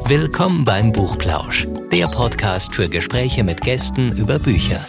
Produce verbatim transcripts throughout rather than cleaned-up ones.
Willkommen beim Buchplausch, der Podcast für Gespräche mit Gästen über Bücher.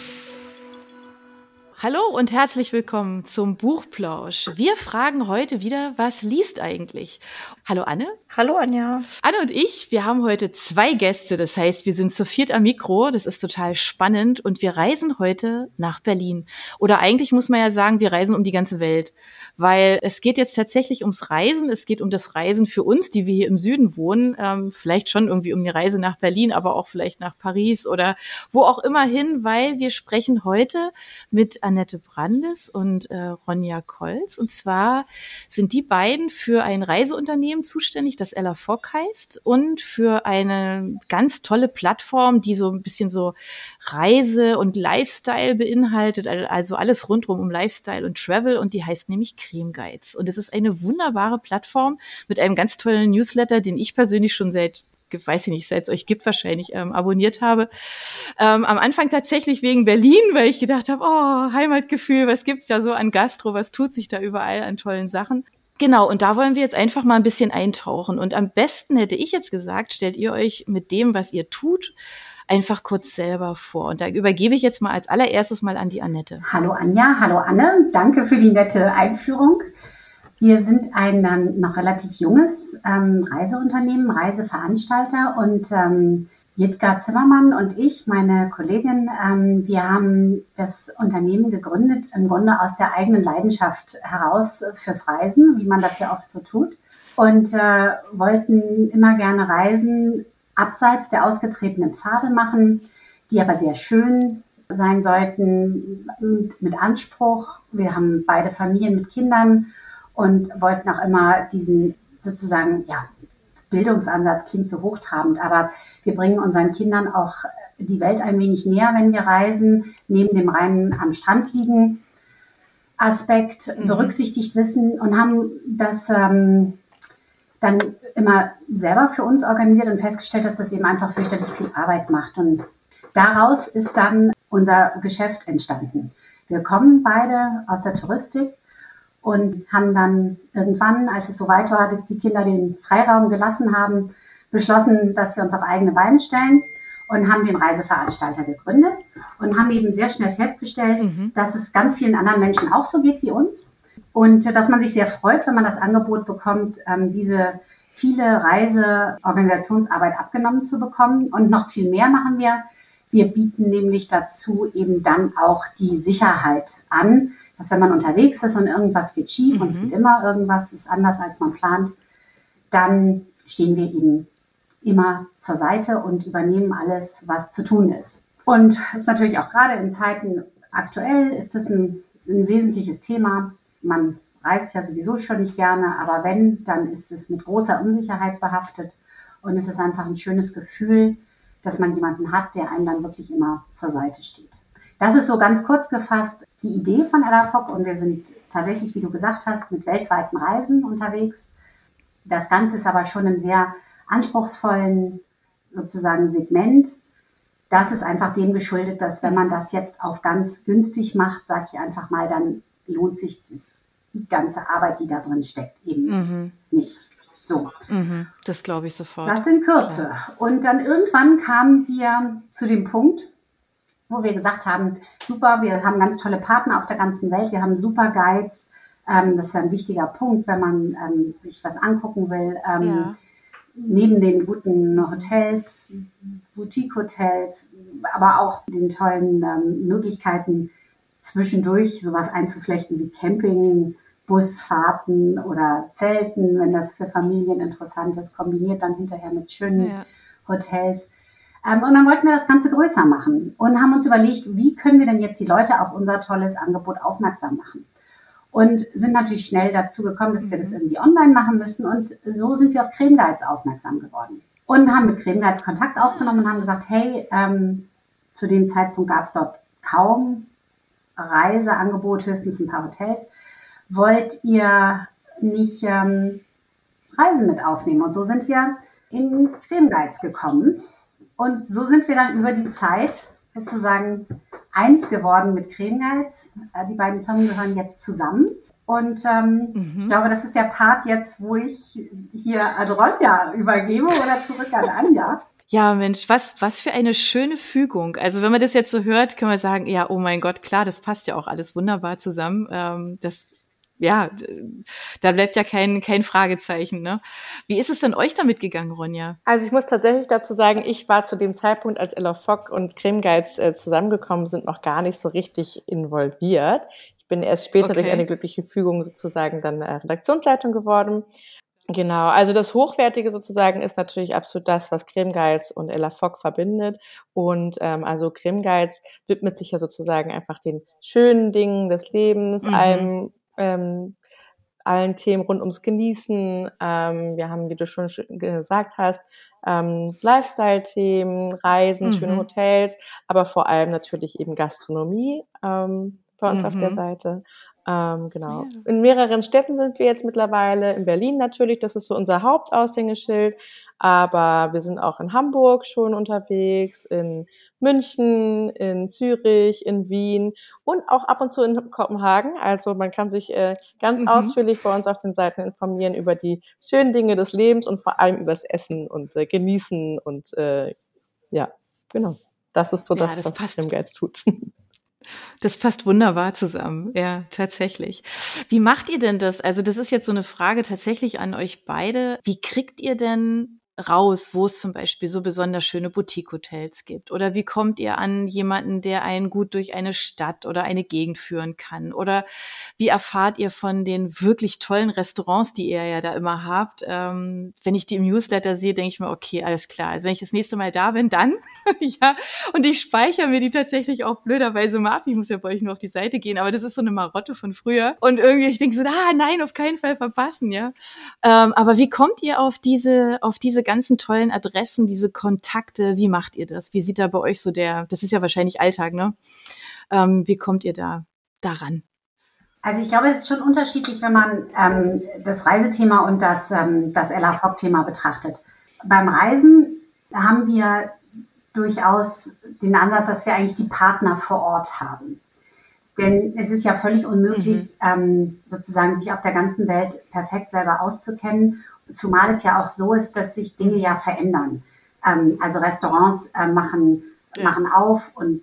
Hallo und herzlich willkommen zum Buchplausch. Wir fragen heute wieder, was liest eigentlich? Hallo Anne. Hallo Anja. Anne und ich, wir haben heute zwei Gäste, das heißt, wir sind zu viert am Mikro, das ist total spannend und wir reisen heute nach Berlin. Oder eigentlich muss man ja sagen, wir reisen um die ganze Welt, weil es geht jetzt tatsächlich ums Reisen, es geht um das Reisen für uns, die wir hier im Süden wohnen, ähm, vielleicht schon irgendwie um die Reise nach Berlin, aber auch vielleicht nach Paris oder wo auch immer hin, weil wir sprechen heute mit Annette Brandes und äh, Ronja Kolz. Und zwar sind die beiden für ein Reiseunternehmen zuständig, das Ella Fock heißt, und für eine ganz tolle Plattform, die so ein bisschen so Reise und Lifestyle beinhaltet, also alles rundherum um Lifestyle und Travel, und die heißt nämlich Creme Guides. Und es ist eine wunderbare Plattform mit einem ganz tollen Newsletter, den ich persönlich schon seit weiß ich nicht, seit es euch gibt wahrscheinlich, ähm, abonniert habe. Ähm, am Anfang tatsächlich wegen Berlin, weil ich gedacht habe, oh, Heimatgefühl, was gibt's da so an Gastro, was tut sich da überall an tollen Sachen. Genau, und da wollen wir jetzt einfach mal ein bisschen eintauchen. Und am besten hätte ich jetzt gesagt, stellt ihr euch mit dem, was ihr tut, einfach kurz selber vor. Und da übergebe ich jetzt mal als allererstes mal an die Annette. Hallo Anja, hallo Anne, danke für die nette Einführung. Wir sind ein ähm, noch relativ junges ähm, Reiseunternehmen, Reiseveranstalter, und ähm, Jitka Zimmermann und ich, meine Kollegin, ähm, wir haben das Unternehmen gegründet, im Grunde aus der eigenen Leidenschaft heraus fürs Reisen, wie man das ja oft so tut, und äh, wollten immer gerne Reisen abseits der ausgetretenen Pfade machen, die aber sehr schön sein sollten, mit Anspruch. Wir haben beide Familien mit Kindern und wollten auch immer diesen sozusagen, ja, Bildungsansatz klingt so hochtrabend, aber wir bringen unseren Kindern auch die Welt ein wenig näher, wenn wir reisen, neben dem reinen am Strand liegen Aspekt mhm. berücksichtigt wissen, und haben das ähm, dann immer selber für uns organisiert und festgestellt, dass das eben einfach fürchterlich viel Arbeit macht. Und daraus ist dann unser Geschäft entstanden. Wir kommen beide aus der Touristik und haben dann irgendwann, als es soweit war, dass die Kinder den Freiraum gelassen haben, beschlossen, dass wir uns auf eigene Beine stellen, und haben den Reiseveranstalter gegründet und haben eben sehr schnell festgestellt, mhm. dass es ganz vielen anderen Menschen auch so geht wie uns, und dass man sich sehr freut, wenn man das Angebot bekommt, diese viele Reiseorganisationsarbeit abgenommen zu bekommen. Und noch viel mehr machen wir. Wir bieten nämlich dazu eben dann auch die Sicherheit an, dass wenn man unterwegs ist und irgendwas geht schief, mhm. und es geht immer irgendwas, ist anders als man plant, dann stehen wir eben immer zur Seite und übernehmen alles, was zu tun ist. Und es ist natürlich auch gerade in Zeiten aktuell, ist das ein, ein wesentliches Thema. Man reist ja sowieso schon nicht gerne, aber wenn, dann ist es mit großer Unsicherheit behaftet, und es ist einfach ein schönes Gefühl, dass man jemanden hat, der einem dann wirklich immer zur Seite steht. Das ist so ganz kurz gefasst die Idee von Ella Fock, und wir sind tatsächlich, wie du gesagt hast, mit weltweiten Reisen unterwegs. Das Ganze ist aber schon im sehr anspruchsvollen sozusagen Segment. Das ist einfach dem geschuldet, dass wenn man das jetzt auf ganz günstig macht, sage ich einfach mal, dann lohnt sich das, die ganze Arbeit, die da drin steckt, eben mhm. nicht. So. Mhm, das glaube ich sofort. Das in Kürze. Klar. Und dann irgendwann kamen wir zu dem Punkt, wo wir gesagt haben, super, wir haben ganz tolle Partner auf der ganzen Welt, wir haben super Guides. Ähm, das ist ja ein wichtiger Punkt, wenn man ähm, sich was angucken will. Ähm, ja. Neben den guten Hotels, Boutique-Hotels, aber auch den tollen ähm, Möglichkeiten, zwischendurch sowas einzuflechten wie Camping, Busfahrten oder Zelten, wenn das für Familien interessant ist, kombiniert dann hinterher mit schönen ja. Hotels. Ähm, und dann wollten wir das Ganze größer machen und haben uns überlegt, wie können wir denn jetzt die Leute auf unser tolles Angebot aufmerksam machen? Und sind natürlich schnell dazu gekommen, dass wir das irgendwie online machen müssen, und so sind wir auf Creme Guides aufmerksam geworden. Und haben mit Creme Guides Kontakt aufgenommen und haben gesagt, hey, ähm, zu dem Zeitpunkt gab es dort kaum Reiseangebot, höchstens ein paar Hotels. Wollt ihr nicht ähm, Reisen mit aufnehmen? Und so sind wir in Creme Guides gekommen. Und so sind wir dann über die Zeit sozusagen eins geworden mit Creme Guides. Die beiden Firmen gehören jetzt zusammen. Und ähm, mhm. ich glaube, das ist der Part jetzt, wo ich hier an Ronja übergebe oder zurück an Anja. Ja, Mensch, was, was für eine schöne Fügung. Also wenn man das jetzt so hört, kann man sagen, ja, oh mein Gott, klar, das passt ja auch alles wunderbar zusammen. Ähm, das, ja, da bleibt ja kein, kein Fragezeichen, ne? Wie ist es denn euch damit gegangen, Ronja? Also ich muss tatsächlich dazu sagen, ich war zu dem Zeitpunkt, als Ella Fock und Creme Guides äh, zusammengekommen sind, noch gar nicht so richtig involviert. Ich bin erst später okay. durch eine glückliche Fügung sozusagen dann äh, Redaktionsleitung geworden. Genau, also das Hochwertige sozusagen ist natürlich absolut das, was Creme Guides und Ella Fock verbindet. Und ähm, also Creme Guides widmet sich ja sozusagen einfach den schönen Dingen des Lebens, mhm. allem, ähm, allen Themen rund ums Genießen. Ähm, wir haben, wie du schon gesagt hast, ähm, Lifestyle-Themen, Reisen, mhm. schöne Hotels, aber vor allem natürlich eben Gastronomie ähm, bei uns mhm. auf der Seite. Ähm, genau. Ja. In mehreren Städten sind wir jetzt mittlerweile, in Berlin natürlich, das ist so unser Hauptaushängeschild, aber wir sind auch in Hamburg schon unterwegs, in München, in Zürich, in Wien und auch ab und zu in Kopenhagen. Also man kann sich äh, ganz mhm. ausführlich bei uns auf den Seiten informieren über die schönen Dinge des Lebens und vor allem über das Essen und äh, Genießen und äh, ja, genau. Das ist so ja, das, das was Creme Guides tut. Das passt wunderbar zusammen, ja, tatsächlich. Wie macht ihr denn das? Also das ist jetzt so eine Frage tatsächlich an euch beide. Wie kriegt ihr denn raus, wo es zum Beispiel so besonders schöne Boutique-Hotels gibt? Oder wie kommt ihr an jemanden, der einen gut durch eine Stadt oder eine Gegend führen kann? Oder wie erfahrt ihr von den wirklich tollen Restaurants, die ihr ja da immer habt? Ähm, wenn ich die im Newsletter sehe, denke ich mir, okay, alles klar. Also wenn ich das nächste Mal da bin, dann, ja. Und ich speichere mir die tatsächlich auch blöderweise mal ab. Ich muss ja bei euch nur auf die Seite gehen, aber das ist so eine Marotte von früher. Und irgendwie, ich denke so, ah, nein, auf keinen Fall verpassen, ja. Ähm, aber wie kommt ihr auf diese, auf diese ganzen tollen Adressen, diese Kontakte? Wie macht ihr das? Wie sieht da bei euch so der, das ist ja wahrscheinlich Alltag, ne? Ähm, wie kommt ihr da daran? Also ich glaube, es ist schon unterschiedlich, wenn man ähm, das Reisethema und das, ähm, das Ella Fock-Thema betrachtet. Beim Reisen haben wir durchaus den Ansatz, dass wir eigentlich die Partner vor Ort haben. Denn es ist ja völlig unmöglich, mhm. ähm, sozusagen sich auf der ganzen Welt perfekt selber auszukennen, zumal es ja auch so ist, dass sich Dinge ja verändern. Ähm, also Restaurants äh, machen, ja. machen auf und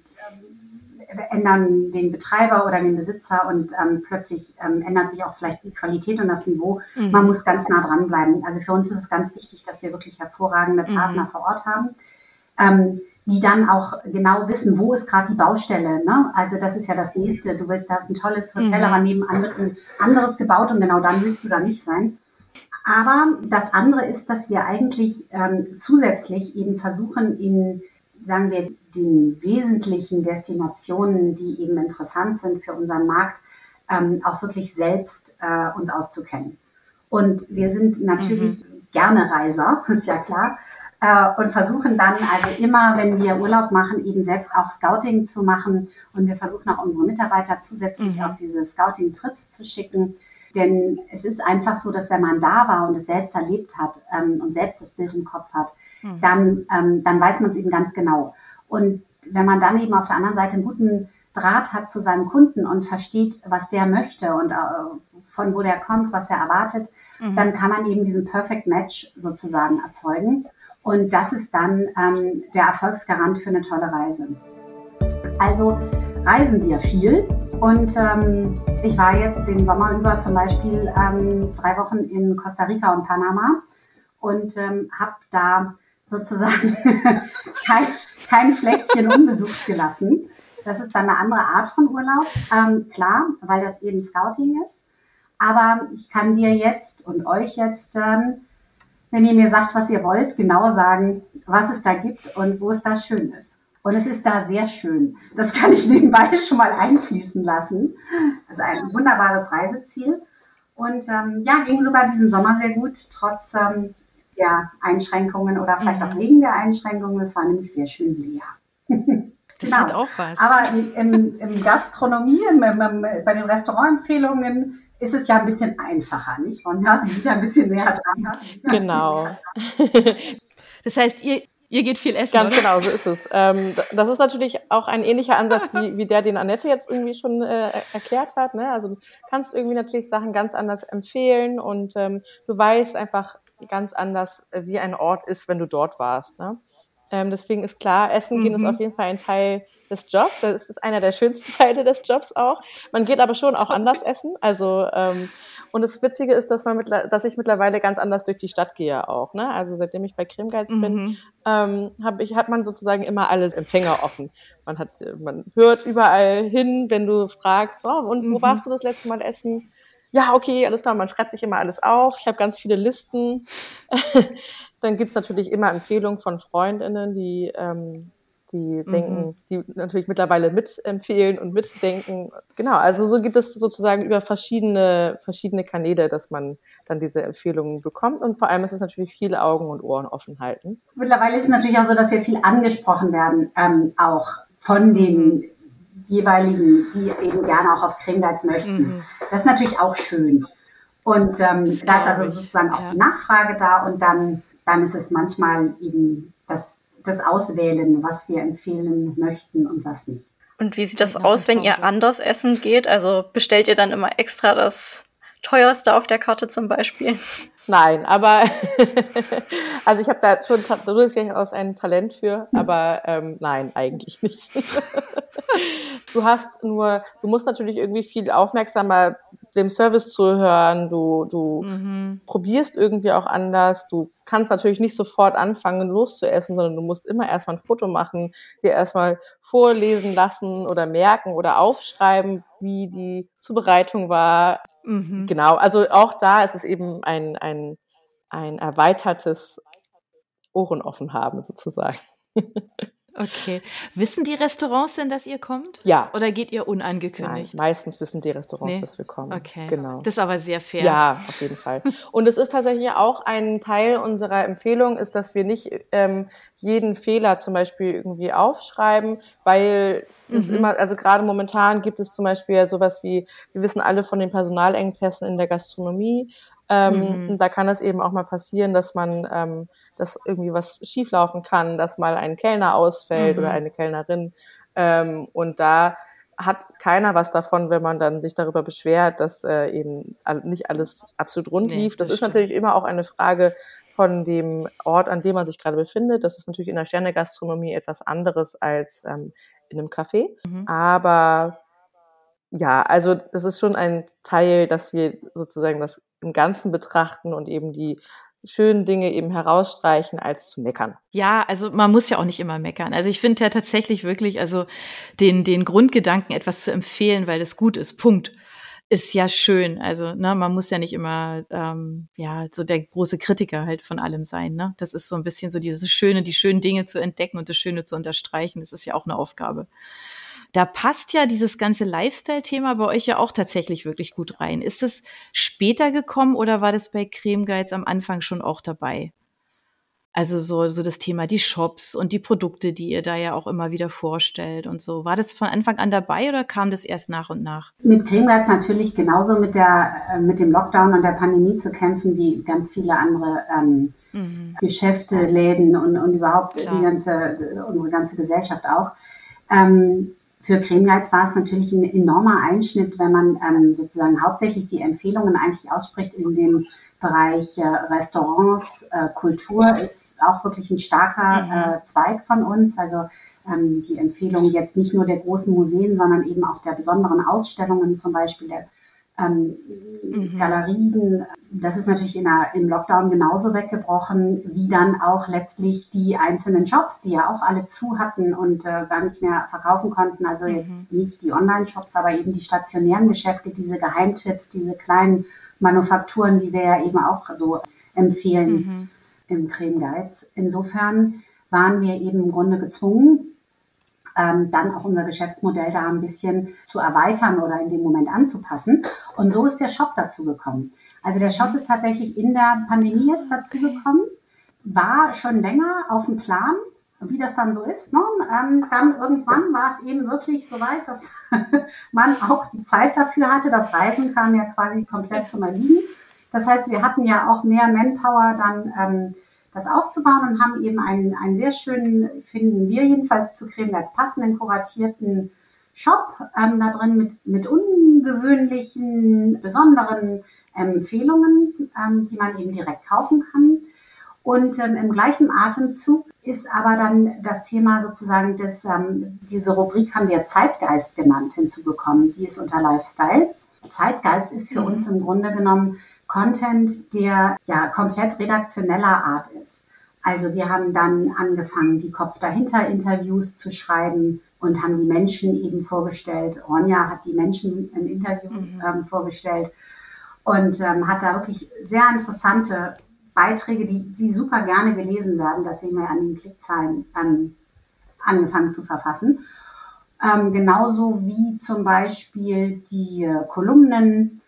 äh, ändern den Betreiber oder den Besitzer und ähm, plötzlich ähm, ändert sich auch vielleicht die Qualität und das Niveau. Mhm. Man muss ganz nah dranbleiben. Also für uns ist es ganz wichtig, dass wir wirklich hervorragende Partner mhm. vor Ort haben. Ähm, die dann auch genau wissen, wo ist gerade die Baustelle. Ne? Also das ist ja das Nächste. Du willst, da hast ein tolles Hotel, mhm. aber nebenan wird ein anderes gebaut und genau dann willst du da nicht sein. Aber das andere ist, dass wir eigentlich ähm, zusätzlich eben versuchen, in, sagen wir, den wesentlichen Destinationen, die eben interessant sind für unseren Markt, ähm, auch wirklich selbst äh, uns auszukennen. Und wir sind natürlich mhm. gerne Reiser, ist ja klar. Und versuchen dann also immer, wenn wir Urlaub machen, eben selbst auch Scouting zu machen. Und wir versuchen auch unsere Mitarbeiter zusätzlich mhm. auf diese Scouting-Trips zu schicken. Denn es ist einfach so, dass wenn man da war und es selbst erlebt hat ähm, und selbst das Bild im Kopf hat, mhm. dann, ähm, dann weiß man es eben ganz genau. Und wenn man dann eben auf der anderen Seite einen guten Draht hat zu seinem Kunden und versteht, was der möchte und äh, von wo der kommt, was er erwartet, mhm. dann kann man eben diesen Perfect Match sozusagen erzeugen. Und das ist dann ähm, der Erfolgsgarant für eine tolle Reise. Also reisen wir viel. Und ähm, ich war jetzt den Sommer über zum Beispiel ähm, drei Wochen in Costa Rica und Panama und ähm, habe da sozusagen kein, kein Fleckchen unbesucht gelassen. Das ist dann eine andere Art von Urlaub, ähm, klar, weil das eben Scouting ist. Aber ich kann dir jetzt und euch jetzt... Ähm, wenn ihr mir sagt, was ihr wollt, genau sagen, was es da gibt und wo es da schön ist. Und es ist da sehr schön. Das kann ich nebenbei schon mal einfließen lassen. Also ein wunderbares Reiseziel. Und ähm, ja, ging sogar diesen Sommer sehr gut, trotz ähm, der Einschränkungen oder vielleicht mhm. auch wegen der Einschränkungen. Es war nämlich sehr schön leer. Das genau. hat auch was. Aber im, im Gastronomie, im, im, bei den Restaurantempfehlungen, ist es ja ein bisschen einfacher, nicht? Und ja, sie sind ja ein bisschen näher dran. Genau. Das heißt, ihr, Ihr geht viel essen, Ganz oder? genau, so ist es. Ähm, das ist natürlich auch ein ähnlicher Ansatz, wie, wie der, den Annette jetzt irgendwie schon äh, erklärt hat. Ne? Also du kannst irgendwie natürlich Sachen ganz anders empfehlen und ähm, du weißt einfach ganz anders, wie ein Ort ist, wenn du dort warst. Ne? Ähm, deswegen ist klar, Essen gehen ist auf jeden Fall ein Teil des Jobs. Das ist einer der schönsten Teile des Jobs auch. Man geht aber schon auch anders essen. Also ähm, und das Witzige ist, dass man mittler- dass ich mittlerweile ganz anders durch die Stadt gehe auch. Ne? Also seitdem ich bei Creme Guides bin, Mhm. ähm, hab ich, hat man sozusagen immer alle Empfänger offen. Man hat, man hört überall hin, wenn du fragst, oh, und wo Mhm. warst du das letzte Mal essen? Ja, okay, alles klar, man schreibt sich immer alles auf. Ich habe ganz viele Listen. Dann gibt's natürlich immer Empfehlungen von FreundInnen, die, ähm, die Mhm. denken, die natürlich mittlerweile mitempfehlen und mitdenken. Genau, also so gibt es sozusagen über verschiedene, verschiedene Kanäle, dass man dann diese Empfehlungen bekommt. Und vor allem ist es natürlich viele Augen und Ohren offen halten. Mittlerweile ist es natürlich auch so, dass wir viel angesprochen werden, ähm, auch von den jeweiligen, die eben gerne auch auf Creme Guides möchten. Mhm. Das ist natürlich auch schön. Und ähm, Das da ist glaub also ich. sozusagen auch Ja. die Nachfrage da und dann, dann ist es manchmal eben das, das Auswählen, was wir empfehlen möchten und was nicht. Und wie sieht das Und nach aus, dem wenn ihr Traumjob. anders essen geht? Also bestellt ihr dann immer extra das teuerste auf der Karte zum Beispiel? Nein, aber also ich habe da schon ta- durchaus ein Talent für, aber ähm, nein, eigentlich nicht. Du hast nur, du musst natürlich irgendwie viel aufmerksamer dem Service zuhören, du, du Mhm. probierst irgendwie auch anders, du kannst natürlich nicht sofort anfangen loszuessen, sondern du musst immer erstmal ein Foto machen, dir erstmal vorlesen lassen oder merken oder aufschreiben, wie die Zubereitung war. Mhm. Genau, also auch da ist es eben ein, ein, ein erweitertes Ohren offen haben sozusagen. Okay. Wissen die Restaurants denn, dass ihr kommt? Ja. Oder geht ihr Nein, unangekündigt? meistens wissen die Restaurants, Nee? dass wir kommen. Okay. Genau. Das ist aber sehr fair. Ja, auf jeden Fall. Und es ist tatsächlich auch ein Teil unserer Empfehlung, ist, dass wir nicht ähm, jeden Fehler zum Beispiel irgendwie aufschreiben, weil es Mhm. immer, also gerade momentan gibt es zum Beispiel sowas wie, wir wissen alle von den Personalengpässen in der Gastronomie. Ähm, Mhm. und da kann es eben auch mal passieren, dass man, ähm, dass irgendwie was schieflaufen kann, dass mal ein Kellner ausfällt Mhm. oder eine Kellnerin. Ähm, und da hat keiner was davon, wenn man dann sich darüber beschwert, dass äh, eben all- nicht alles absolut rund Nee, lief. Das, das ist stimmt. natürlich immer auch eine Frage von dem Ort, an dem man sich gerade befindet. Das ist natürlich in der Sternegastronomie etwas anderes als ähm, in einem Café. Mhm. Aber ja, also das ist schon ein Teil, dass wir sozusagen das im Ganzen betrachten und eben die schönen Dinge eben herausstreichen, als zu meckern. Ja, also man muss ja auch nicht immer meckern. Also ich finde ja tatsächlich wirklich, also den, den Grundgedanken, etwas zu empfehlen, weil es gut ist, Punkt, ist ja schön. Also ne, man muss ja nicht immer ähm, ja so der große Kritiker halt von allem sein. Ne? Das ist so ein bisschen so dieses Schöne, die schönen Dinge zu entdecken und das Schöne zu unterstreichen. Das ist ja auch eine Aufgabe. Da passt ja dieses ganze Lifestyle-Thema bei euch ja auch tatsächlich wirklich gut rein. Ist das später gekommen oder war das bei Creme Guides am Anfang schon auch dabei? Also so, so das Thema die Shops und die Produkte, die ihr da ja auch immer wieder vorstellt und so. War das von Anfang an dabei oder kam das erst nach und nach? Mit Creme Guides natürlich genauso mit, der, äh, mit dem Lockdown und der Pandemie zu kämpfen, wie ganz viele andere ähm, Mhm. Geschäfte, Läden und, und überhaupt Klar. die ganze, unsere ganze Gesellschaft auch. Ähm, für Creme Guides war es natürlich ein enormer Einschnitt, wenn man ähm, sozusagen hauptsächlich die Empfehlungen eigentlich ausspricht in dem Bereich äh, Restaurants, äh, Kultur ist auch wirklich ein starker Mhm. äh, Zweig von uns. Also ähm, die Empfehlungen jetzt nicht nur der großen Museen, sondern eben auch der besonderen Ausstellungen, zum Beispiel der ähm, Mhm. Galerien. Das ist natürlich in der, im Lockdown genauso weggebrochen, wie dann auch letztlich die einzelnen Shops, die ja auch alle zu hatten und äh, gar nicht mehr verkaufen konnten. Also Mhm. jetzt nicht die Online-Shops, aber eben die stationären Geschäfte, diese Geheimtipps, diese kleinen Manufakturen, die wir ja eben auch so empfehlen Mhm. im Creme Guides. Insofern waren wir eben im Grunde gezwungen, ähm, dann auch unser Geschäftsmodell da ein bisschen zu erweitern oder in dem Moment anzupassen. Und so ist der Shop dazu gekommen. Also der Shop ist tatsächlich in der Pandemie jetzt dazu gekommen, war schon länger auf dem Plan, wie das dann so ist. Ne? Ähm, dann irgendwann war es eben wirklich so weit, dass man auch die Zeit dafür hatte. Das Reisen kam ja quasi komplett zum Erliegen. Das heißt, wir hatten ja auch mehr Manpower dann ähm, das aufzubauen und haben eben einen, einen sehr schönen, finden wir jedenfalls zu Cremegeiz passenden, kuratierten Shop ähm, da drin mit, mit ungewöhnlichen, besonderen Empfehlungen, ähm, die man eben direkt kaufen kann. Und ähm, im gleichen Atemzug ist aber dann das Thema sozusagen, des, ähm, diese Rubrik haben wir Zeitgeist genannt, hinzugekommen. Die ist unter Lifestyle. Zeitgeist ist für mhm. uns im Grunde genommen Content, der ja komplett redaktioneller Art ist. Also wir haben dann angefangen, die Kopf dahinter Interviews zu schreiben und haben die Menschen eben vorgestellt. Ronja hat die Menschen im Interview mhm. ähm, vorgestellt und ähm, hat da wirklich sehr interessante Beiträge, die, die super gerne gelesen werden, das sehen wir an den Klickzahlen, ähm, angefangen zu verfassen. Ähm, genauso wie zum Beispiel die äh, Kolumnen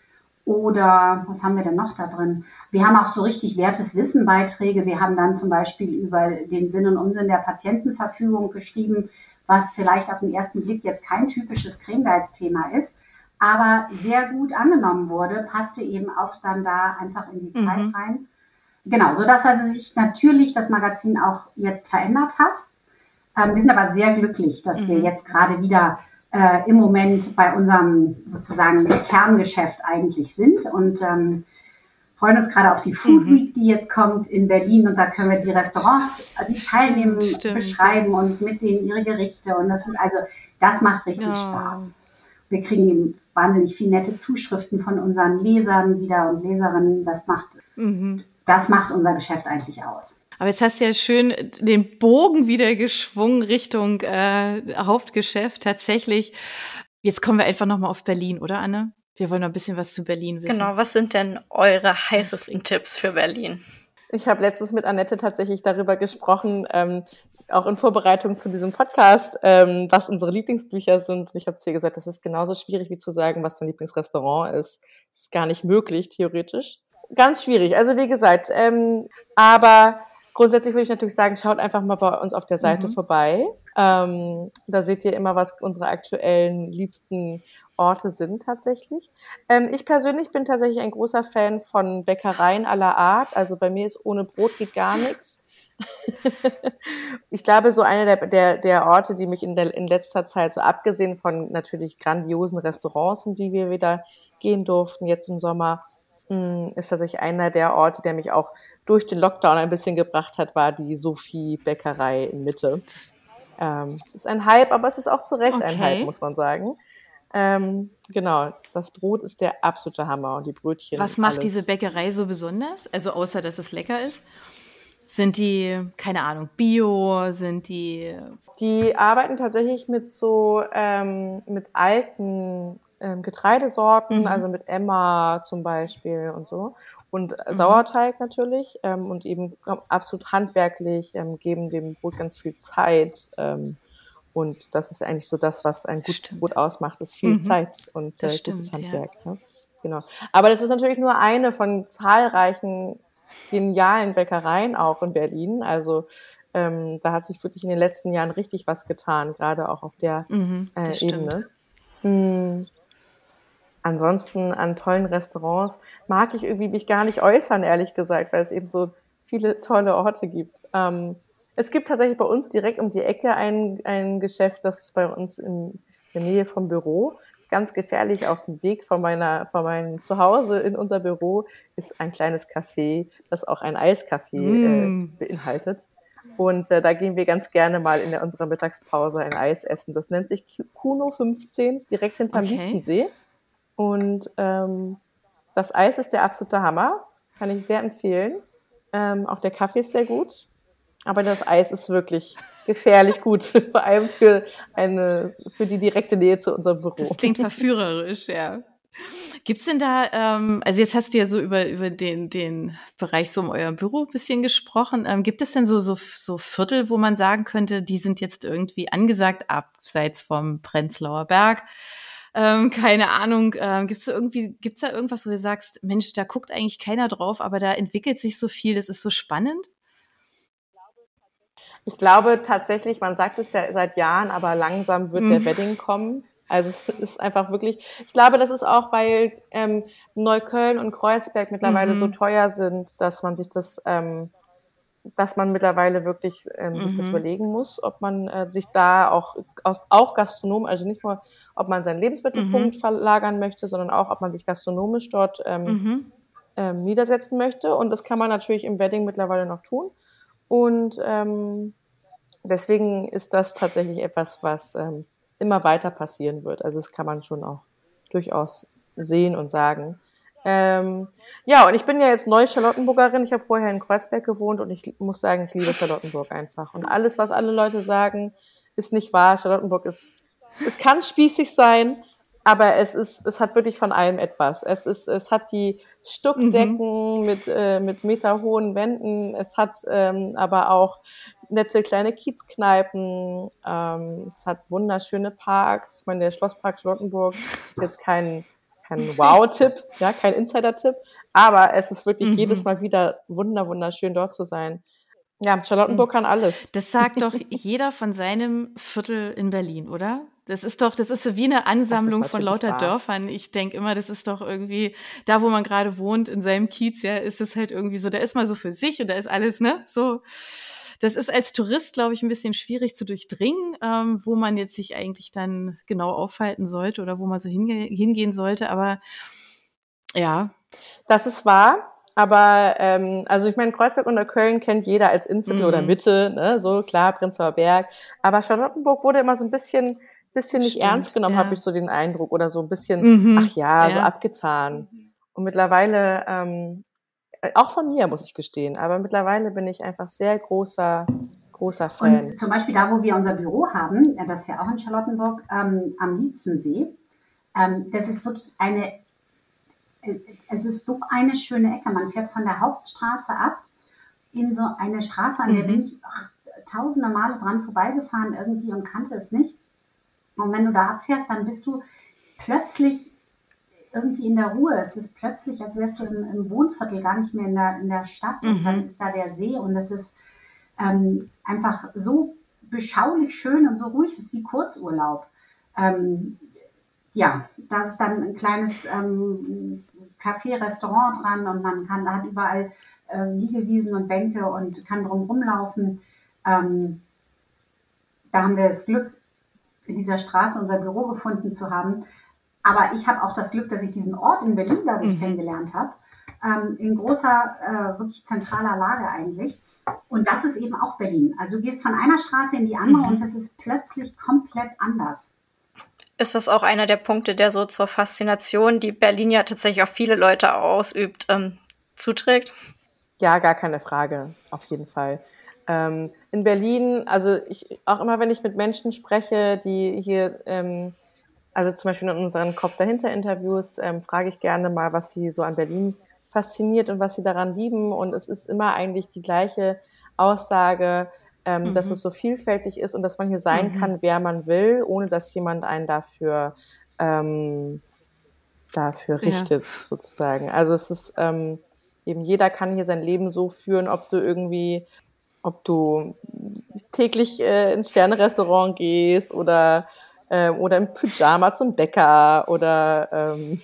oder, was haben wir denn noch da drin? Wir haben auch so richtig wertes Wissen-Beiträge. Wir haben dann zum Beispiel über den Sinn und Unsinn der Patientenverfügung geschrieben, was vielleicht auf den ersten Blick jetzt kein typisches Cremegeiz-Thema ist, aber sehr gut angenommen wurde, passte eben auch dann da einfach in die mhm. Zeit rein. Genau, sodass also sich natürlich das Magazin auch jetzt verändert hat. Ähm, wir sind aber sehr glücklich, dass mhm. wir jetzt gerade wieder äh, im Moment bei unserem sozusagen Kerngeschäft eigentlich sind und ähm, freuen uns gerade auf die Food mhm. Week, die jetzt kommt in Berlin und da können wir die Restaurants, die teilnehmen, Stimmt. beschreiben und mit denen ihre Gerichte und das sind also, das macht richtig ja. Spaß. Wir kriegen eben wahnsinnig viele nette Zuschriften von unseren Lesern wieder und Leserinnen. Das macht, mhm. das macht unser Geschäft eigentlich aus. Aber jetzt hast du ja schön den Bogen wieder geschwungen Richtung äh, Hauptgeschäft. Tatsächlich, jetzt kommen wir einfach nochmal auf Berlin, oder Anne? Wir wollen noch ein bisschen was zu Berlin wissen. Genau, was sind denn eure heißesten Tipps für Berlin? Ich habe letztens mit Annette tatsächlich darüber gesprochen, ähm, auch in Vorbereitung zu diesem Podcast, ähm, was unsere Lieblingsbücher sind. Und ich habe zu ihr gesagt, das ist genauso schwierig wie zu sagen, was dein Lieblingsrestaurant ist. Das ist gar nicht möglich, theoretisch. Ganz schwierig. Also wie gesagt, ähm, aber grundsätzlich würde ich natürlich sagen, schaut einfach mal bei uns auf der Seite mhm. vorbei. Ähm, da seht ihr immer, was unsere aktuellen liebsten Orte sind tatsächlich. Ähm, ich persönlich bin tatsächlich ein großer Fan von Bäckereien aller Art. Also bei mir ist ohne Brot geht gar nichts. Ich glaube, so einer der, der, der Orte, die mich in, der, in letzter Zeit, so abgesehen von natürlich grandiosen Restaurants, in die wir wieder gehen durften, jetzt im Sommer, mh, ist tatsächlich einer der Orte, der mich auch durch den Lockdown ein bisschen gebracht hat, war die Sophie-Bäckerei in Mitte. Ähm, es ist ein Hype, aber es ist auch zu Recht okay. ein Hype, muss man sagen. Ähm, genau, das Brot ist der absolute Hammer und die Brötchen. Was macht alles. diese Bäckerei so besonders? Also außer, dass es lecker ist? Sind die, keine Ahnung, Bio? Sind die... Die arbeiten tatsächlich mit so, ähm, mit alten ähm, Getreidesorten, mhm. also mit Emma zum Beispiel und so. Und mhm. Sauerteig natürlich ähm, und eben absolut handwerklich, ähm, geben dem Brot ganz viel Zeit. Ähm, und das ist eigentlich so das, was ein gutes stimmt. Brot ausmacht, ist viel mhm. Zeit und äh, stimmt, gutes Handwerk. Ja. Ne? Genau. Aber das ist natürlich nur eine von zahlreichen genialen Bäckereien auch in Berlin. Also ähm, da hat sich wirklich in den letzten Jahren richtig was getan, gerade auch auf der mhm, äh, Ebene. Mhm. Ansonsten an tollen Restaurants mag ich irgendwie mich gar nicht äußern, ehrlich gesagt, weil es eben so viele tolle Orte gibt. Ähm, es gibt tatsächlich bei uns direkt um die Ecke ein, ein Geschäft, das ist bei uns in der Nähe vom Büro. Das ist ganz gefährlich auf dem Weg von meiner, von meinem Zuhause in unser Büro ist ein kleines Café, das auch ein Eiscafé mm. äh, beinhaltet. Und äh, da gehen wir ganz gerne mal in der, unserer Mittagspause ein Eis essen. Das nennt sich Kuno fünfzehn, ist direkt hinterm okay. Lietzensee. Und ähm, das Eis ist der absolute Hammer, kann ich sehr empfehlen. Ähm, auch der Kaffee ist sehr gut, aber das Eis ist wirklich gefährlich gut, vor allem für eine für die direkte Nähe zu unserem Büro. Das klingt verführerisch, ja. Gibt's denn da, ähm, also jetzt hast du ja so über über den den Bereich so um euer Büro ein bisschen gesprochen. Ähm, gibt es denn so so so Viertel, wo man sagen könnte, die sind jetzt irgendwie angesagt, abseits vom Prenzlauer Berg? Ähm, keine Ahnung, ähm, gibt's da irgendwie, gibt's da irgendwas, wo du sagst, Mensch, da guckt eigentlich keiner drauf, aber da entwickelt sich so viel, das ist so spannend? Ich glaube tatsächlich, man sagt es ja seit Jahren, aber langsam wird mhm. der Wedding kommen. Also es ist einfach wirklich, ich glaube, das ist auch, weil ähm, Neukölln und Kreuzberg mittlerweile mhm. so teuer sind, dass man sich das ähm, dass man mittlerweile wirklich ähm, Mhm. sich das überlegen muss, ob man äh, sich da auch, aus, auch Gastronom, also nicht nur, ob man seinen Lebensmittelpunkt Mhm. verlagern möchte, sondern auch, ob man sich gastronomisch dort ähm, Mhm. ähm, niedersetzen möchte. Und das kann man natürlich im Wedding mittlerweile noch tun. Und ähm, deswegen ist das tatsächlich etwas, was ähm, immer weiter passieren wird. Also das kann man schon auch durchaus sehen und sagen. Ähm, ja, und ich bin ja jetzt Neu-Charlottenburgerin. Ich habe vorher in Kreuzberg gewohnt und ich muss sagen, ich liebe Charlottenburg einfach. Und alles, was alle Leute sagen, ist nicht wahr. Charlottenburg ist, es kann spießig sein, aber es ist, es hat wirklich von allem etwas. Es ist, es hat die Stuckdecken Mhm. mit, äh, mit meterhohen Wänden. Es hat ähm, aber auch nette kleine Kiezkneipen. Ähm, es hat wunderschöne Parks. Ich meine, der Schlosspark Charlottenburg ist jetzt kein, kein Wow-Tipp, ja, kein Insider-Tipp, aber es ist wirklich jedes Mhm. Mal wieder wunder, wunderschön dort zu sein. Ja, Charlottenburg kann alles. Das sagt doch jeder von seinem Viertel in Berlin, oder? Das ist doch, das ist so wie eine Ansammlung von natürlich lauter wahr. Dörfern. Ich denke immer, das ist doch irgendwie, da wo man gerade wohnt, in seinem Kiez, ja, ist es halt irgendwie so, da ist man so für sich und da ist alles, ne, so. Das ist als Tourist, glaube ich, ein bisschen schwierig zu durchdringen, ähm, wo man jetzt sich eigentlich dann genau aufhalten sollte oder wo man so hinge- hingehen sollte. Aber ja, Das ist wahr, aber ähm, also ich meine, Kreuzberg und Köln kennt jeder als Innenviertel oder Mhm. Mitte, ne? So klar, Prenzlauer Berg. Aber Charlottenburg wurde immer so ein bisschen, bisschen nicht Stimmt, ernst genommen, ja. habe ich so den Eindruck, oder so ein bisschen, Mhm, ach ja, so ja. abgetan. Und mittlerweile, ähm, äh, auch von mir muss ich gestehen, aber mittlerweile bin ich einfach sehr großer, großer Fan. Und zum Beispiel da, wo wir unser Büro haben, äh, das ist ja auch in Charlottenburg, ähm, am Lietzensee, ähm, das ist wirklich eine, äh, es ist so eine schöne Ecke. Man fährt von der Hauptstraße ab in so eine Straße, an der bin Mhm. ich ach, tausende Male dran vorbeigefahren irgendwie und kannte es nicht. Und wenn du da abfährst, dann bist du plötzlich irgendwie in der Ruhe. Es ist plötzlich, als wärst du im, im Wohnviertel, gar nicht mehr in der, in der Stadt. Und dann Mhm. ist da der See und es ist ähm, einfach so beschaulich schön und so ruhig. Es ist wie Kurzurlaub. Ähm, ja, da ist dann ein kleines ähm, Café, Restaurant dran und man kann, hat überall äh, Liegewiesen und Bänke und kann drum rumlaufen. Ähm, da haben wir das Glück, in dieser Straße unser Büro gefunden zu haben. Aber ich habe auch das Glück, dass ich diesen Ort in Berlin dadurch Mhm. kennengelernt habe. Ähm, in großer, äh, wirklich zentraler Lage eigentlich. Und das ist eben auch Berlin. Also du gehst von einer Straße in die andere Mhm. und es ist plötzlich komplett anders. Ist das auch einer der Punkte, der so zur Faszination, die Berlin ja tatsächlich auf viele Leute ausübt, ähm, zuträgt? Ja, gar keine Frage, auf jeden Fall. Ähm, in Berlin, also ich, auch immer wenn ich mit Menschen spreche, die hier, ähm, also zum Beispiel in unseren Kopf dahinter Interviews, ähm, frage ich gerne mal, was sie so an Berlin fasziniert und was sie daran lieben. Und es ist immer eigentlich die gleiche Aussage, ähm, Mhm. dass es so vielfältig ist und dass man hier sein Mhm. kann, wer man will, ohne dass jemand einen dafür, ähm, dafür Ja. richtet, sozusagen. Also es ist ähm, eben, jeder kann hier sein Leben so führen, ob du irgendwie, ob du täglich äh, ins Sterne-Restaurant gehst oder, ähm, oder im Pyjama zum Bäcker oder, ähm,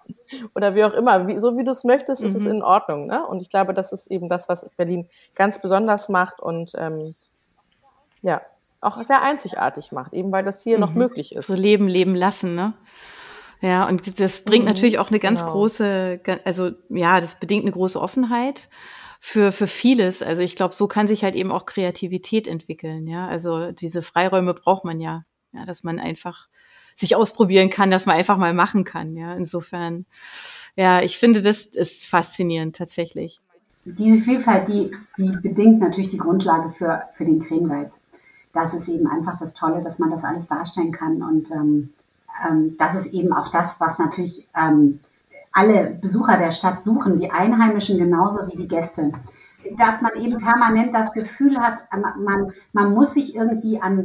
oder wie auch immer. Wie, so wie du es möchtest, ist es Mhm. in Ordnung. Ne? Und ich glaube, das ist eben das, was Berlin ganz besonders macht und ähm, ja, auch sehr einzigartig macht, eben weil das hier noch Mhm. möglich ist. So leben, leben lassen, ne? Ja, und das bringt Mhm, natürlich auch eine ganz genau. große, ga- also ja, das bedingt eine große Offenheit für, für vieles. Also ich glaube, so kann sich halt eben auch Kreativität entwickeln, ja. Also diese Freiräume braucht man ja, ja, dass man einfach sich ausprobieren kann, dass man einfach mal machen kann, ja. Insofern, ja, ich finde, das ist faszinierend tatsächlich. Diese Vielfalt, die, die bedingt natürlich die Grundlage für, für den Cremegeiz. Das ist eben einfach das Tolle, dass man das alles darstellen kann. Und ähm, ähm, das ist eben auch das, was natürlich ähm, alle Besucher der Stadt suchen, die Einheimischen genauso wie die Gäste. Dass man eben permanent das Gefühl hat, man, man muss sich irgendwie an,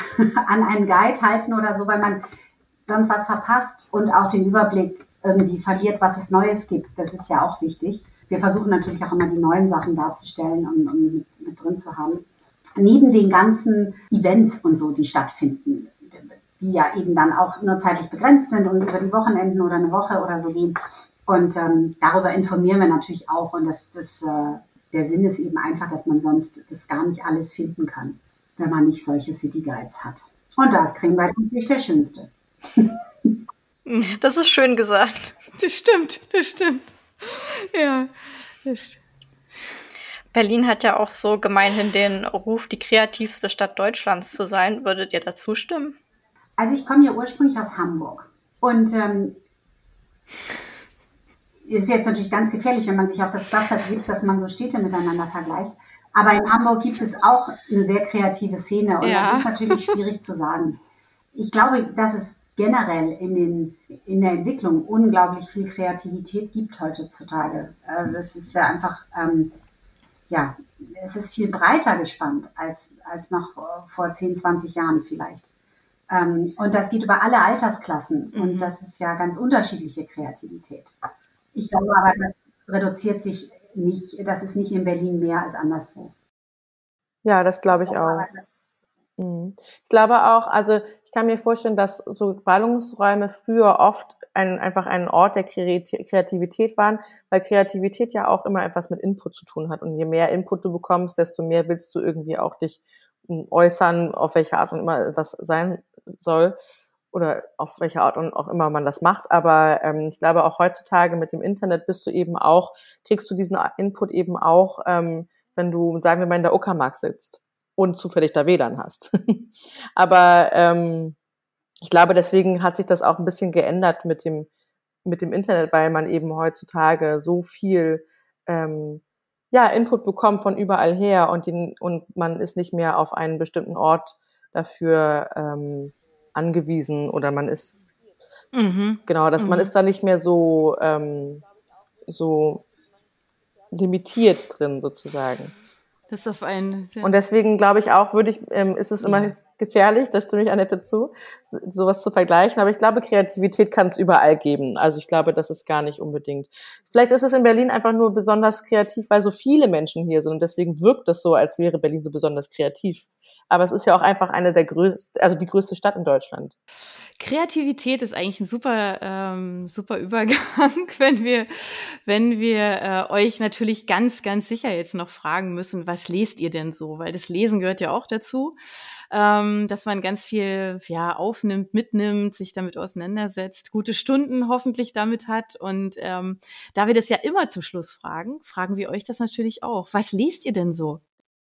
an einen Guide halten oder so, weil man sonst was verpasst und auch den Überblick irgendwie verliert, was es Neues gibt. Das ist ja auch wichtig. Wir versuchen natürlich auch immer die neuen Sachen darzustellen und, und mit, mit drin zu haben. Neben den ganzen Events und so, die stattfinden, die ja eben dann auch nur zeitlich begrenzt sind und über die Wochenenden oder eine Woche oder so gehen. Und ähm, darüber informieren wir natürlich auch und das, das äh, der Sinn ist eben einfach, dass man sonst das gar nicht alles finden kann, wenn man nicht solche City Guides hat. Und da ist Kremwald natürlich der schönste. Das ist schön gesagt. Das stimmt, das stimmt. Ja, das stimmt. Berlin hat ja auch so gemeinhin den Ruf, die kreativste Stadt Deutschlands zu sein. Würdet ihr dazu stimmen? Also ich komme ja ursprünglich aus Hamburg. Und ähm, ist jetzt natürlich ganz gefährlich, wenn man sich auf das Pflaster gibt, dass man so Städte miteinander vergleicht. Aber in Hamburg gibt es auch eine sehr kreative Szene und Ja. das ist natürlich schwierig zu sagen. Ich glaube, dass es generell in, den, in der Entwicklung unglaublich viel Kreativität gibt heutzutage. Äh, es ist ja einfach, ähm, ja, es ist viel breiter gespannt als, als noch vor zehn, zwanzig Jahren vielleicht. Ähm, und das geht über alle Altersklassen Mhm. und das ist ja ganz unterschiedliche Kreativität. Ich glaube aber, das reduziert sich nicht, das ist nicht in Berlin mehr als anderswo. Ja, das glaube ich auch. Mhm. Ich glaube auch, also ich kann mir vorstellen, dass so Ballungsräume früher oft ein, einfach ein Ort der Kreativität waren, weil Kreativität ja auch immer etwas mit Input zu tun hat. Und je mehr Input du bekommst, desto mehr willst du irgendwie auch dich äußern, auf welche Art und immer das sein soll oder auf welche Art und auch immer man das macht. Aber ähm, ich glaube auch heutzutage mit dem Internet bist du eben auch, kriegst du diesen Input eben auch, ähm, wenn du, sagen wir mal, in der Uckermark sitzt und zufällig da W L A N hast. Aber ähm, ich glaube, deswegen hat sich das auch ein bisschen geändert mit dem mit dem Internet, weil man eben heutzutage so viel ähm, ja, Input bekommt von überall her und, den, und man ist nicht mehr auf einen bestimmten Ort dafür ähm, angewiesen oder man ist Mhm. genau, dass Mhm. man ist da nicht mehr so ähm, so limitiert drin sozusagen. Das ist auf einen. Und deswegen glaube ich auch, würde ich, ähm, ist es immer Ja. gefährlich, da stimme ich Annette zu, so- sowas zu vergleichen. Aber ich glaube, Kreativität kann es überall geben. Also ich glaube, das ist gar nicht unbedingt. Vielleicht ist es in Berlin einfach nur besonders kreativ, weil so viele Menschen hier sind und deswegen wirkt es so, als wäre Berlin so besonders kreativ. Aber es ist ja auch einfach eine der größten, also die größte Stadt in Deutschland. Kreativität ist eigentlich ein super, ähm, super Übergang, wenn wir, wenn wir äh, euch natürlich ganz, ganz sicher jetzt noch fragen müssen, was lest ihr denn so? Weil das Lesen gehört ja auch dazu, ähm, dass man ganz viel ja aufnimmt, mitnimmt, sich damit auseinandersetzt, gute Stunden hoffentlich damit hat. Und ähm, da wir das ja immer zum Schluss fragen, fragen wir euch das natürlich auch. Was lest ihr denn so?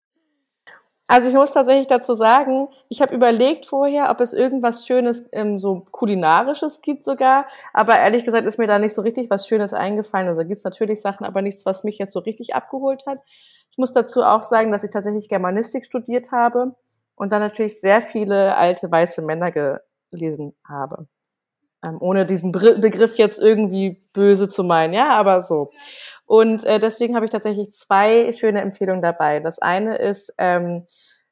Also ich muss tatsächlich dazu sagen, ich habe überlegt vorher, ob es irgendwas Schönes, ähm, so kulinarisches gibt sogar, aber ehrlich gesagt ist mir da nicht so richtig was Schönes eingefallen. Also da gibt es natürlich Sachen, aber nichts, was mich jetzt so richtig abgeholt hat. Ich muss dazu auch sagen, dass ich tatsächlich Germanistik studiert habe und dann natürlich sehr viele alte weiße Männer gelesen habe. Ähm, ohne diesen Br- Begriff jetzt irgendwie böse zu meinen, ja, aber so. Und äh, deswegen habe ich tatsächlich zwei schöne Empfehlungen dabei. Das eine ist ähm,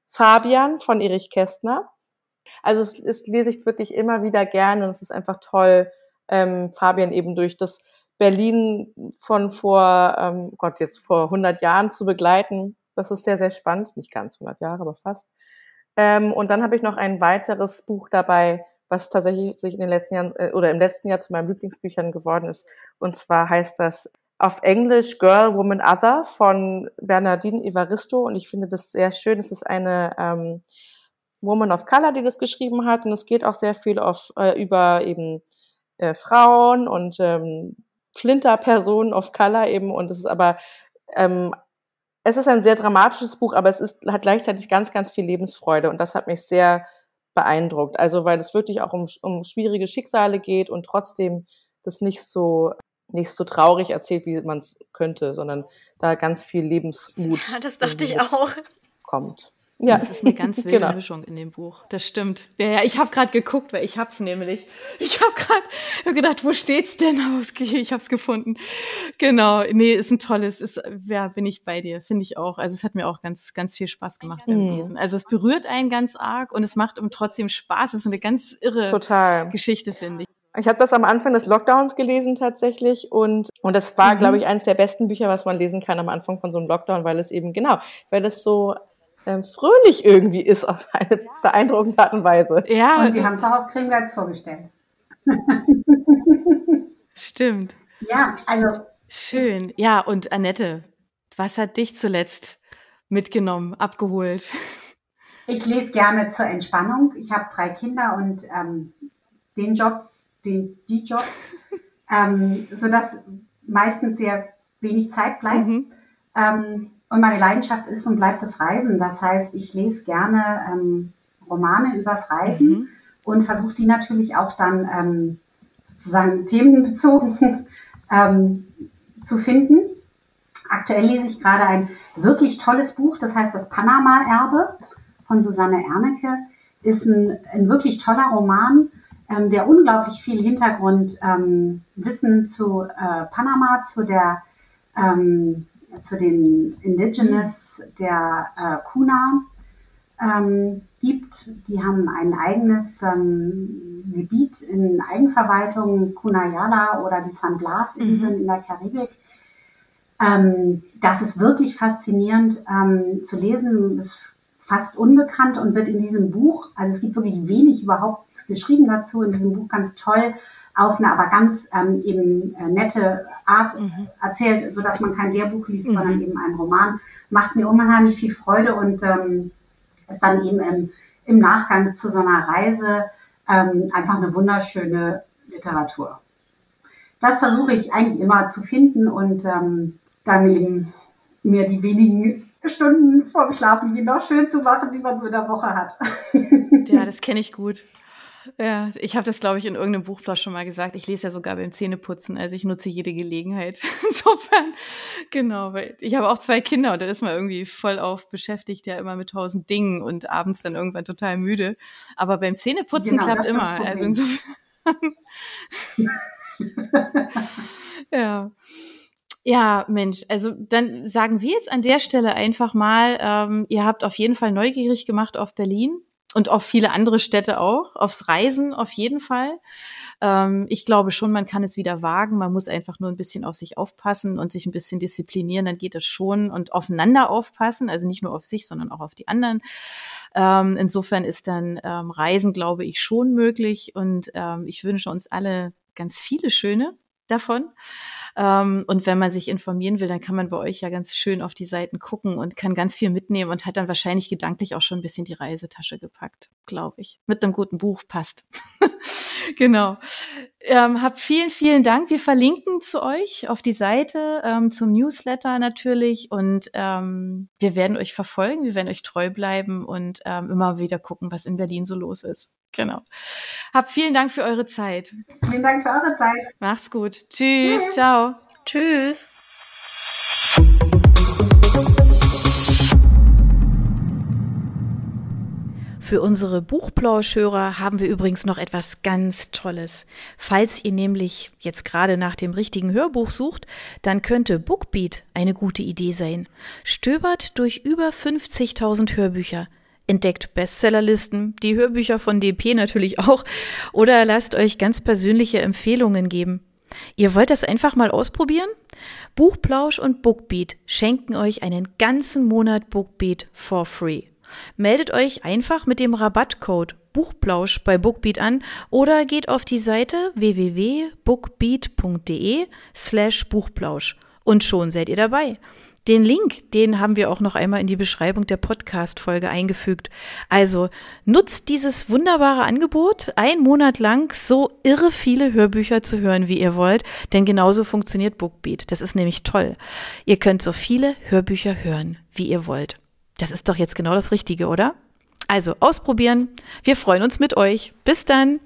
Fabian von Erich Kästner. Also es, es lese ich wirklich immer wieder gerne und es ist einfach toll, ähm, Fabian eben durch das Berlin von vor, ähm, Gott, jetzt vor hundert Jahren zu begleiten. Das ist sehr, sehr spannend. Nicht ganz hundert Jahre, aber fast. Ähm, und dann habe ich noch ein weiteres Buch dabei, was tatsächlich sich in den letzten Jahren äh, oder im letzten Jahr zu meinen Lieblingsbüchern geworden ist. Und zwar heißt das auf Englisch Girl, Woman, Other von Bernardine Evaristo. Und ich finde das sehr schön. Es ist eine ähm, Woman of Color, die das geschrieben hat. Und es geht auch sehr viel auf, äh, über eben äh, Frauen und ähm, Flinterpersonen of Color eben. Und es ist aber ähm, es ist ein sehr dramatisches Buch, aber es ist, hat gleichzeitig ganz, ganz viel Lebensfreude und das hat mich sehr beeindruckt. Also weil es wirklich auch um, um schwierige Schicksale geht und trotzdem das nicht so nicht so traurig erzählt, wie man es könnte, sondern da ganz viel Lebensmut Ja, das dachte ich irgendwie auch. kommt. Ja, Das ist eine ganz wilde genau. Mischung in dem Buch. Das stimmt. Ja, ja, ich habe gerade geguckt, weil ich hab's nämlich. Ich habe gerade gedacht, wo steht's denn? Ich habe es gefunden. Genau. Nee, ist ein tolles. Ist, ja, bin ich bei dir. Finde ich auch. Also es hat mir auch ganz, ganz viel Spaß gemacht beim Mhm. Lesen. Also es berührt einen ganz arg und es macht ihm trotzdem Spaß. Es ist eine ganz irre Total. Geschichte, finde ich. Ich habe das am Anfang des Lockdowns gelesen tatsächlich und und das war, Mhm. glaube ich, eines der besten Bücher, was man lesen kann am Anfang von so einem Lockdown, weil es eben genau, weil es so ähm, fröhlich irgendwie ist auf eine beeindruckende Art und Weise. Ja, Und wir haben es auch auf Cremegeiz vorgestellt. stimmt. Ja, also Schön. Ja, und Annette, was hat dich zuletzt mitgenommen, abgeholt? Ich lese gerne zur Entspannung. Ich habe drei Kinder und ähm, den Jobs, den, die Jobs, ähm, sodass meistens sehr wenig Zeit bleibt. Mhm. Ähm, und meine Leidenschaft ist und bleibt das Reisen. Das heißt, ich lese gerne ähm, Romane übers Reisen mhm. und versuche die natürlich auch dann ähm, sozusagen themenbezogen ähm, zu finden. Aktuell lese ich gerade ein wirklich tolles Buch, das heißt das Panama-Erbe von Susanne Ernecke. Ist ein, ein wirklich toller Roman, ähm, der unglaublich viel Hintergrundwissen ähm, zu äh, Panama, zu der ähm, zu den Indigenous der äh, Kuna ähm, gibt. Die haben ein eigenes ähm, Gebiet in Eigenverwaltung, Cunayala oder die San Blas-Inseln mhm. in der Karibik. Ähm, das ist wirklich faszinierend ähm, zu lesen, ist fast unbekannt und wird in diesem Buch, also es gibt wirklich wenig überhaupt geschrieben dazu, in diesem Buch ganz toll auf eine aber ganz ähm, eben äh, nette Art mhm. erzählt, sodass man kein Lehrbuch liest, mhm. sondern eben einen Roman. Macht mir unheimlich viel Freude und ähm, ist dann eben im, im Nachgang zu so einer Reise ähm, einfach eine wunderschöne Literatur. Das versuche ich eigentlich immer zu finden und ähm, dann eben mir die wenigen Stunden vorm Schlafengehen noch schön zu machen, wie man so in der Woche hat. Ja, das kenne ich gut. Ja, ich habe das, glaube ich, in irgendeinem Buchplausch schon mal gesagt. Ich lese ja sogar beim Zähneputzen, also ich nutze jede Gelegenheit. Insofern, genau, weil ich habe auch zwei Kinder und da ist man irgendwie voll auf beschäftigt, ja immer mit tausend Dingen und abends dann irgendwann total müde. Aber beim Zähneputzen genau, klappt immer. Also insofern. Ja. Ja, Mensch, also dann sagen wir jetzt an der Stelle einfach mal, ähm, ihr habt auf jeden Fall neugierig gemacht auf Berlin und auf viele andere Städte auch, aufs Reisen auf jeden Fall. Ähm, ich glaube schon, man kann es wieder wagen, man muss einfach nur ein bisschen auf sich aufpassen und sich ein bisschen disziplinieren, dann geht das schon und aufeinander aufpassen, also nicht nur auf sich, sondern auch auf die anderen. Ähm, insofern ist dann ähm, Reisen, glaube ich, schon möglich und ähm, ich wünsche uns alle ganz viele schöne davon. Ähm, und wenn man sich informieren will, dann kann man bei euch ja ganz schön auf die Seiten gucken und kann ganz viel mitnehmen und hat dann wahrscheinlich gedanklich auch schon ein bisschen die Reisetasche gepackt, glaube ich. Mit einem guten Buch passt. Genau. Ähm, hab vielen, vielen Dank. Wir verlinken zu euch auf die Seite, ähm, zum Newsletter natürlich und ähm, wir werden euch verfolgen, wir werden euch treu bleiben und ähm, immer wieder gucken, was in Berlin so los ist. Genau. Hab vielen Dank für eure Zeit. Vielen Dank für eure Zeit. Macht's gut. Tschüss. Tschüss. Ciao. Tschüss. Für unsere Buchplauschhörer haben wir übrigens noch etwas ganz Tolles. Falls ihr nämlich jetzt gerade nach dem richtigen Hörbuch sucht, dann könnte Bookbeat eine gute Idee sein. Stöbert durch über fünfzigtausend Hörbücher. Entdeckt Bestsellerlisten, die Hörbücher von D P natürlich auch, oder lasst euch ganz persönliche Empfehlungen geben. Ihr wollt das einfach mal ausprobieren? Buchplausch und Bookbeat schenken euch einen ganzen Monat Bookbeat for free. Meldet euch einfach mit dem Rabattcode Buchplausch bei Bookbeat an oder geht auf die Seite w w w punkt bookbeat punkt d e slash Buchplausch und schon seid ihr dabei. Den Link, den haben wir auch noch einmal in die Beschreibung der Podcast-Folge eingefügt. Also nutzt dieses wunderbare Angebot, einen Monat lang so irre viele Hörbücher zu hören, wie ihr wollt, denn genauso funktioniert Bookbeat. Das ist nämlich toll. Ihr könnt so viele Hörbücher hören, wie ihr wollt. Das ist doch jetzt genau das Richtige, oder? Also ausprobieren. Wir freuen uns mit euch. Bis dann.